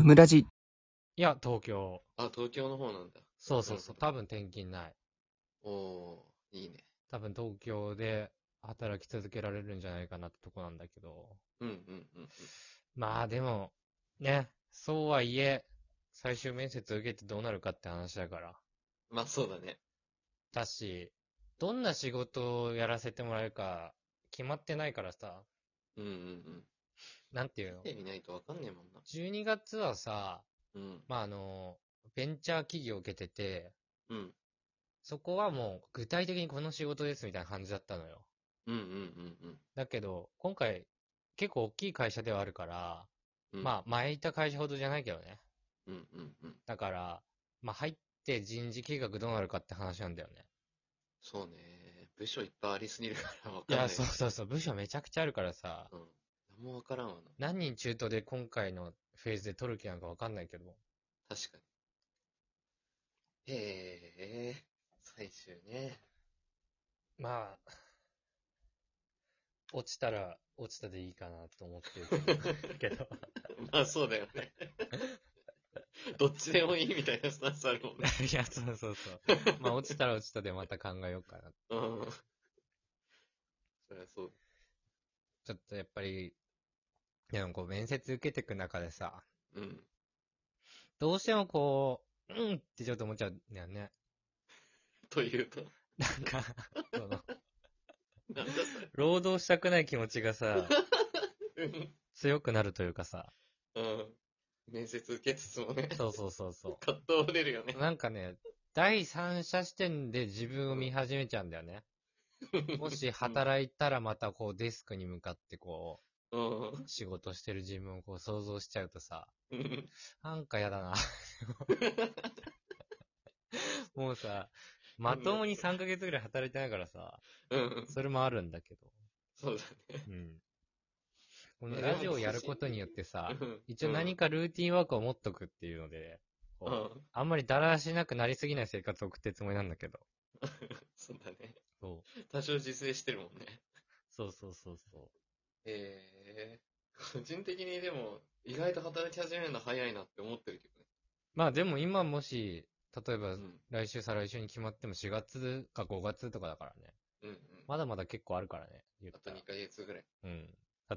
ムラジ。 いや、東京。 あ、東京の方なんだ。 そうそうそう。 なる多分転勤ない。 ほど。いいね。 多分東京で働き続けられるんじゃないかなってとこなんだけど。 うんうんうんうん。 まあでも、ね、そうはいえ、最終面接受けてどうなるかって話だから。 まあそうだね。 だし、どんな仕事をやらせてもらえるか決まってないからさ、 うんうんうん。 なんていうの？ 見てみないとわかんねえもんな。 12 月はさ、 うん。 まあベンチャー企業を受けてて、 うん。 そこはもう具体的にこの仕事ですみたいな感じだったのよ。 うんうんうんうん。 だけど、今回結構大きい会社ではあるから、 うんまあ前いた会社ほどじゃないけどね。 うんうんうん。 だから、まあ入って人事計画どうなるかって話なんだよね。 そうね。部署いっぱいありすぎるからわいや、 かんない。 そうそうそう、部署めちゃくちゃあるからさ、 うん。何もわからんわな。 何人中途で今回のフェーズで取る気なのかわかんないけど。 確かに。へえ。最終ね。 まあ、落ちたら落ちたでいいかなと思ってるけど。 まあそうだよね。どっちでもいいみたいなスタンスあるもんね。 いや、そうそうそう。まあ落ちたら落ちたでまた考えようかな。 うん。そりゃそうちょっとやっぱり、でもこう面接受けていく中でさ、 だ。うん。 どうしてもこう、うんってちょっと思っちゃうんだよね。 というと。 なんか、その、 なんだそれ。 労働したくない気持ちがさ、 うん強くなるというかさ、 うん。面接受けつつもね、 そうそうそうそ葛藤出るよねう。。なんかね、第三者視点で自分を見始めちゃうんだよね。もし働いたらまたこうデスクに向かってこうん。 う、仕事してる自分をこう想像しちゃうとさ、 うん。 なんかやだな。もうさ、まともに3ヶ月ぐらい働いてないからさ、 うん。 それもあるんだけど。 そうだね。 うん。このラジオをやることによってさ、 うん一応何かルーティンワークを持っとくっていうので、こう、 うん。 あんまりだらしなくなりすぎない生活を送ってるつもりなんだけど。 そうだね。 そう。 多少自制してるもんね。 そうそうそうそう。 個人的にでも、意外と働き始めるの早いなって思ってるけどね。 まあでも今もし、例えばうん。 来週再来週に決まっても4月か5月とかだからね。 うんうん。 まだまだ結構あるからね。言っあとたら。 2ヶ月ぐらい。 うん。だって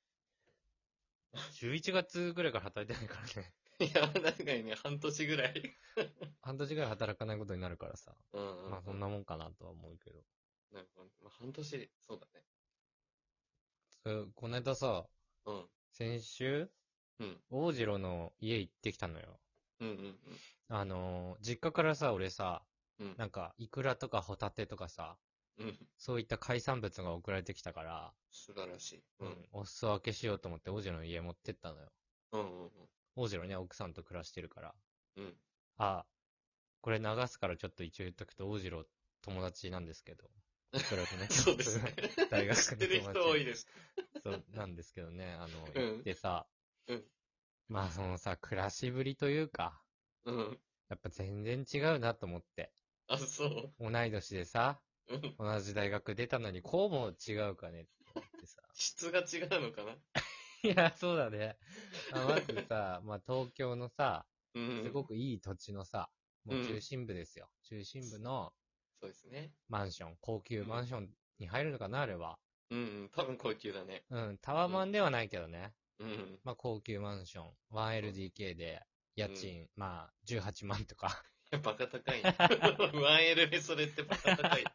、11月ぐらいから働いてないからね。 いや、確かにね、半年ぐらい。 半年ぐらい働かないことになるからさ。 うんうん、うん。 まあそんなもんかなとは思うけど。 なるほど。まあ、半年、そうだね。 この間さ、 うん。 先週、 うん。 大次郎の家行ってきたのよ。 うんうん実家からさ、俺さ、 うん。うん。 なんか、イクラとかホタテとかさ、 うん。 そういった海産物が送られてきたから、 素晴らしい。 うん、お裾分けしようと思って王子の家持ってったのよ。 うんうんうん。 王子のね、奥さんと暮らしてるから。 うん。 あ、これ流すからちょっと一応言っとくと、王子の友達なんですけど。イクラとね、 そうですね。 大学知ってるの友達。 人多いです。 そう、なんですけどね、 うん行ってさ、 うんまあそのさ、暮らしぶりというか、 うん。 やっぱ全然違うなと思って。 あ、そう。 同い年でさ、 うん。 同じ大学出たのにこうも違うかねって思ってさ。 質が違うのかな。 いや、そうだね。まずさ、まあ東京のさ、 うん。 すごくいい土地のさ、もううん中心部ですよ。中心部のそうですね。 マンション、高級マンションに入るのかな、あれは。 うん。多分高級だね。 うん、タワマンではないけどね。 うん。 まあ高級マンション、1LDK で、家賃、まあ18万とか。 バカ高いね。1L でそれってバカ高い。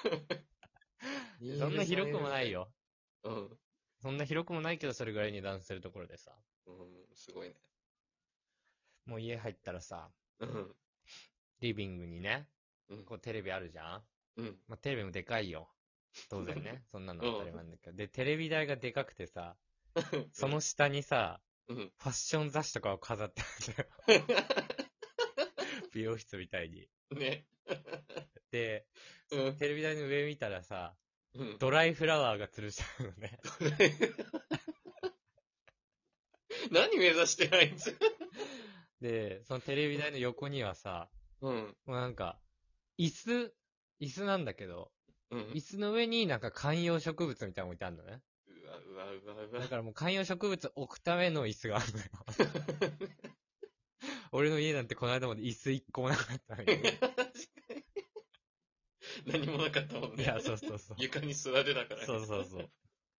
そんな広くもないよ。 うん。 そんな広くもないけど、それぐらい値段するところでさ。 うん。すごいね。 もう家入ったらさ、 うん。 リビングにね、 うん。 こうテレビあるじゃん。 うん。 まあ、テレビもでかいよ。当然ね。そんなの当たり前なんだけど。で、テレビ台がでかくてさ、その下にさ、 うん。 ファッション雑誌とかを飾ってあるんだよ。美容室みたいに。 ね。 で、 うん。 テレビ台の上見たらさ、 うん。 ドライフラワーが吊るしてあるのね。 何目指してないんですよ。 で、そのテレビ台の横にはさ、 うん。 もうなんか、椅子なんだけど、 うん。 椅子の上になんか観葉植物みたいなの置いてあるのね。 うわうわうわうわ。 だからもう観葉植物置くための椅子があるのよ。 俺の家なんてこの間まで椅子一個もなかったのに。 何もなかったもんね。 いや、そうそうそう。 床に座るだからね。 そうそうそう。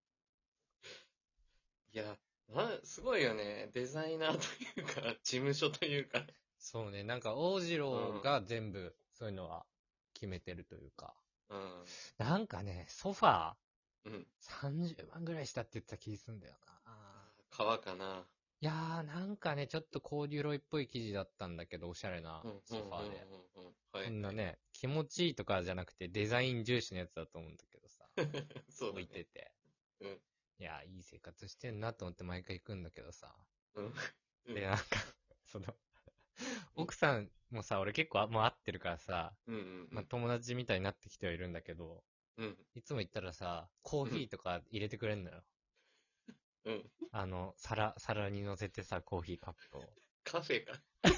いや、すごいよね。デザイナーというか、事務所というか。 そうね、なんか大次郎が全部そういうのは決めてるというか。 うん。 なんかね、ソファーうん。 30万ぐらいしたって言ってた気すんだよな。 革かな。 いやー、なんかね、ちょっとコーデュロイっぽい生地だったんだけど、おしゃれなうん。 ソファーで。 はい。 こんなね、気持ちいいとかじゃなくてデザイン重視のやつだと思うんだけどさ、 そうだね。 置いてて。 うん。 いやー、いい生活してんなと思って毎回行くんだけどさ。 うん。うんで、なんか、その、奥さんもさ、俺結構もう会ってるからさ、 うん。 まあ、友達みたいになってきてはいるんだけど、 うん。 いつも行ったらさ、コーヒーとか入れてくれんのよ。 うん。 皿に乗せてさ、コーヒーカップを。 カフェか。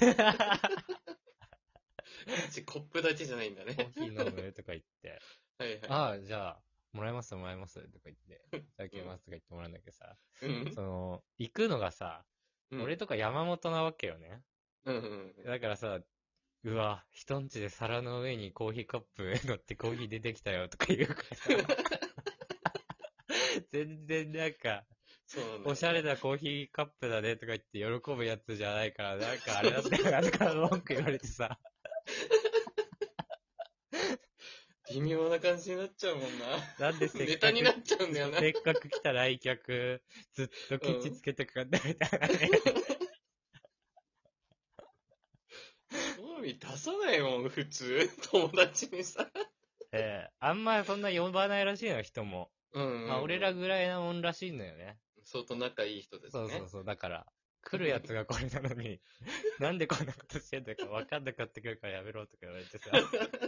コップだけじゃないんだね。 コーヒー飲むとか言って、 はいはい。 ああ、じゃあ、もらえますとか言って、いただきますとか言ってもらうんだけどさ、 うん。 行くのがさ、 うん。 俺とか山本なわけよね。 うん。 だからさ、うわ、人んちで皿の上にコーヒーカップ乗ってコーヒー出てきたよとか言うからさ、全然なんか、 そうなんだ。 おしゃれなコーヒーカップだねとか言って喜ぶやつじゃないから、なんかあれだったよなとか文句言われてさ、 微妙な感じになっちゃうもんな。 なんでせっネかく、 タになっちゃうんだよな。 せっかく来た来客、ずっとケチつけてくんだみたいなね。 興味出さないもん、普通。友達にさ。 あんまそんな呼ばないらしいの、人も。 うん。 まあ、俺らぐらいなもんらしいのよね。 相当仲いい人ですね。 そうそうそう。だから、来るやつがこれなのに、なんでこんなことしてんだか分かんなくなってくるからやめろとか言われてさ。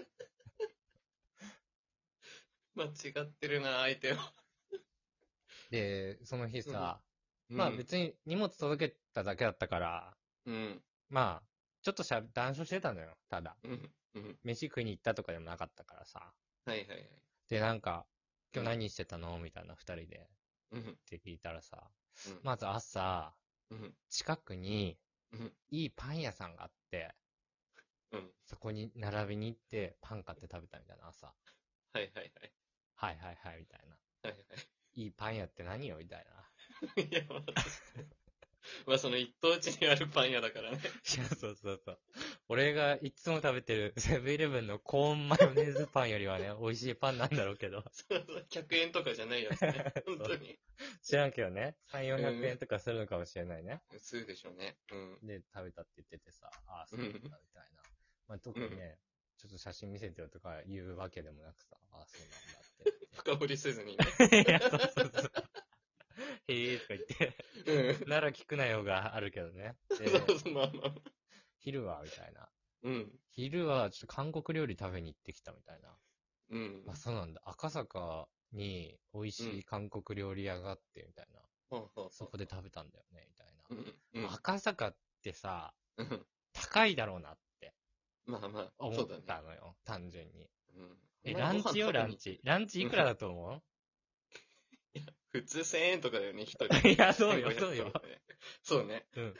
間違ってるな、相手は。 で、その日さ、 うん、 まあ別に荷物届けただけだったから、 うん。 まあ、ちょっと談笑してたのよ、ただ。 うん。うん。 飯食いに行ったとかでもなかったからさ。 はいはいはい。 で、なんか、今日何してたのみたいな二人で。 うん。 って聞いたらさ、 うん。 まず朝、 うん。 近くにうん。 いいパン屋さんがあって、 うん。 そこに並びに行ってパン買って食べたみたいな朝。 はいはいはい。 はいはいはいみたいな。 はいはい。 いいパン屋って何よみたいいや、まあその一等地にあるパン屋だからね。 な。いや、そうそうそう。俺がいつも食べてるセブンイレブンのコーンマヨネーズパンよりはね、美味しいパンなんだろうけど。 そうそう、100円とかじゃないやつね。本当に。 知らんけどね。3、400円とかするのかもしれないね。 するでしょうね。うん。 で、食べたって言っててさ、ああ、そうなんだ、みたいな。まあ、特にね、ちょっと写真見せてよとか言うわけでもなくさ、ああ、そうなんだって深掘りせずにね。 言って。いや、そうそうそう。へえとか言って、 うん。 なら聞くなよがあるけどね。で、 そうそう、まあまあ。 昼はみたいな。 うん。 昼はちょっと韓国料理食べに行ってきたみたいな。 うん。 あ、そうなんだ。赤坂に美味しい韓国料理屋があって、みたいな。 ほうほう。 そこで食べたんだよね、みたいな。 うん。 赤坂ってさ、 うん。 高いだろうなってまあまあ、 思っそうだね。 たのよ、単純に。 うん。 ランチよ、ランチ。ランチいくらだと思普通1000円とかだよね、一う人。 いや、そうよ、 1500 そうよ。 そうね。 うん。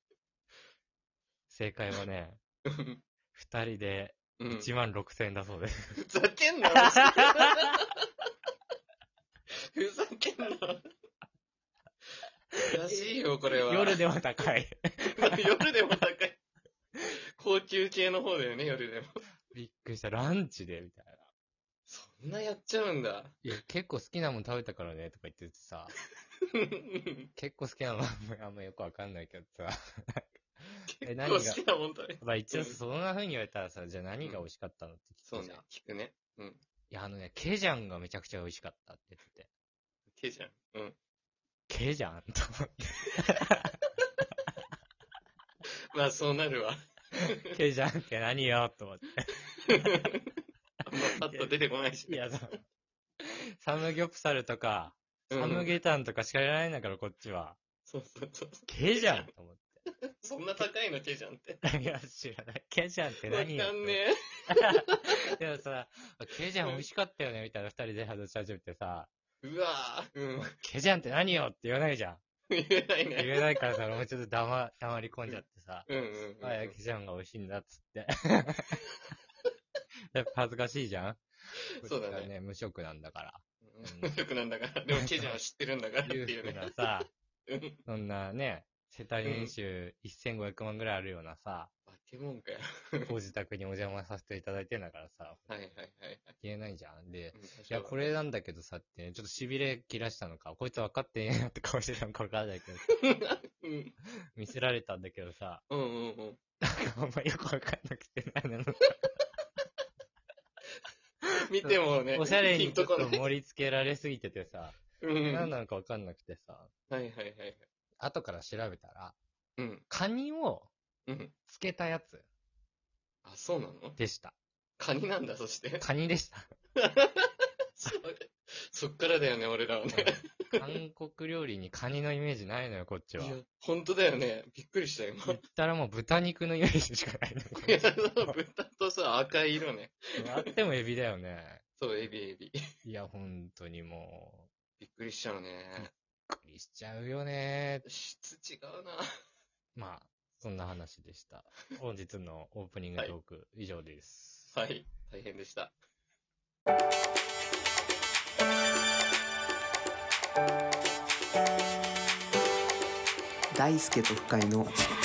正解はね、 うん二人でうん。 16,000円だそうです。 ふざけんな、マジでふざけんな。らしいよ、これは。 夜でも高い。 夜でも高い。高級系の方だよね、夜でも。 びっくりした。ランチでみたいな。 そんなやっちゃうんだ。 いや、結構好きなもん食べたからね、とか言っててさ、結構好きなもんあんまよくわかんないけどさ。 結何が構好きなもん食べ。 まあ一応そんな風に言われたらさ、じゃあ何が美味しかったのって聞そうねくじゃん。、 聞くね。うん。 いや、ケジャンがめちゃくちゃ美味しかったって言ってて。 ケじゃん。うん。 ケジャンと思って。 まあ、そうなるわ。 ケジャンって何よと思って。 あんまパッと出てこないし。 いや、サムギョプサルとか、 うんサムゲタンとかしかいらないんだから、こっちは。 そうそうそう。 ケジャンと思っそんな高いのケじゃんって。 て。いや、知らない。ケジャンってわか何よんねでもさ、ケジャン美味しかったよねみたいな二人で話し始めてさ、 え。うわぁ。うん。 ケジャンって何よって言わないじゃん。 言えないね。 言えないからさ、俺もちょっと黙り込んじゃってさ。 さ、 うんうんうん。 焼きちゃんが美味しいんだっつって。やっぱ恥ずかしいじゃん。 そうだねこっちはね、無職なんだから。 無職なんだから。でも、ケジャンは知ってるんだからって裕いうね。 福なさ、 うん。 そんなね、世帯年収1500万ぐらいあるようなさ、 化け物かよ。 ご自宅にお邪魔させていただいてんだからさ、 はいはいはいはい。 言えないじゃん。で、 うん、 いや、これなんだけどさってね、ちょっと痺れ切らしたのか、こいつ分かってねえなって顔してたのか分かんないけど、 うん見せられたんだけどさ、 うんうんうん。 なんかあんまよく分かんなくて何なの。 見てもね、 おしゃれピにちょっとンとこない。 盛り付けられすぎててさ、 うん。 何なのか分かんなくてさ、 はいはいはいはい。 後から調べたら、 うん。 カニをうん。 漬けたやつあ、そうなのでした。 カニなんだ、そして。 カニでした。 そっからだよね、俺らはね。 韓国料理にカニのイメージないのよ、こっちは。 いや、ほんとだよね。びっくりしたよ、 言ったらもう豚肉のイメージしかないの。こ今。いや、 っち豚とさ、赤い色ね。 あってもエビだよね。 そう、エビエビ。 いや、本当にもびっくりしちゃうね。 う、びっくりしちゃうよね。 質違うな。 まあ、そんな話でした。本日のオープニングトーク、以上です。 はい、大変でした。 大輔と深井の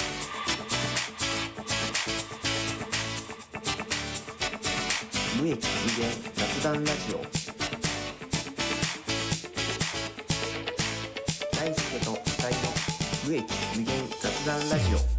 無益無限雑談ラジオ。大輔と深井の無益無限雑談ラジオ。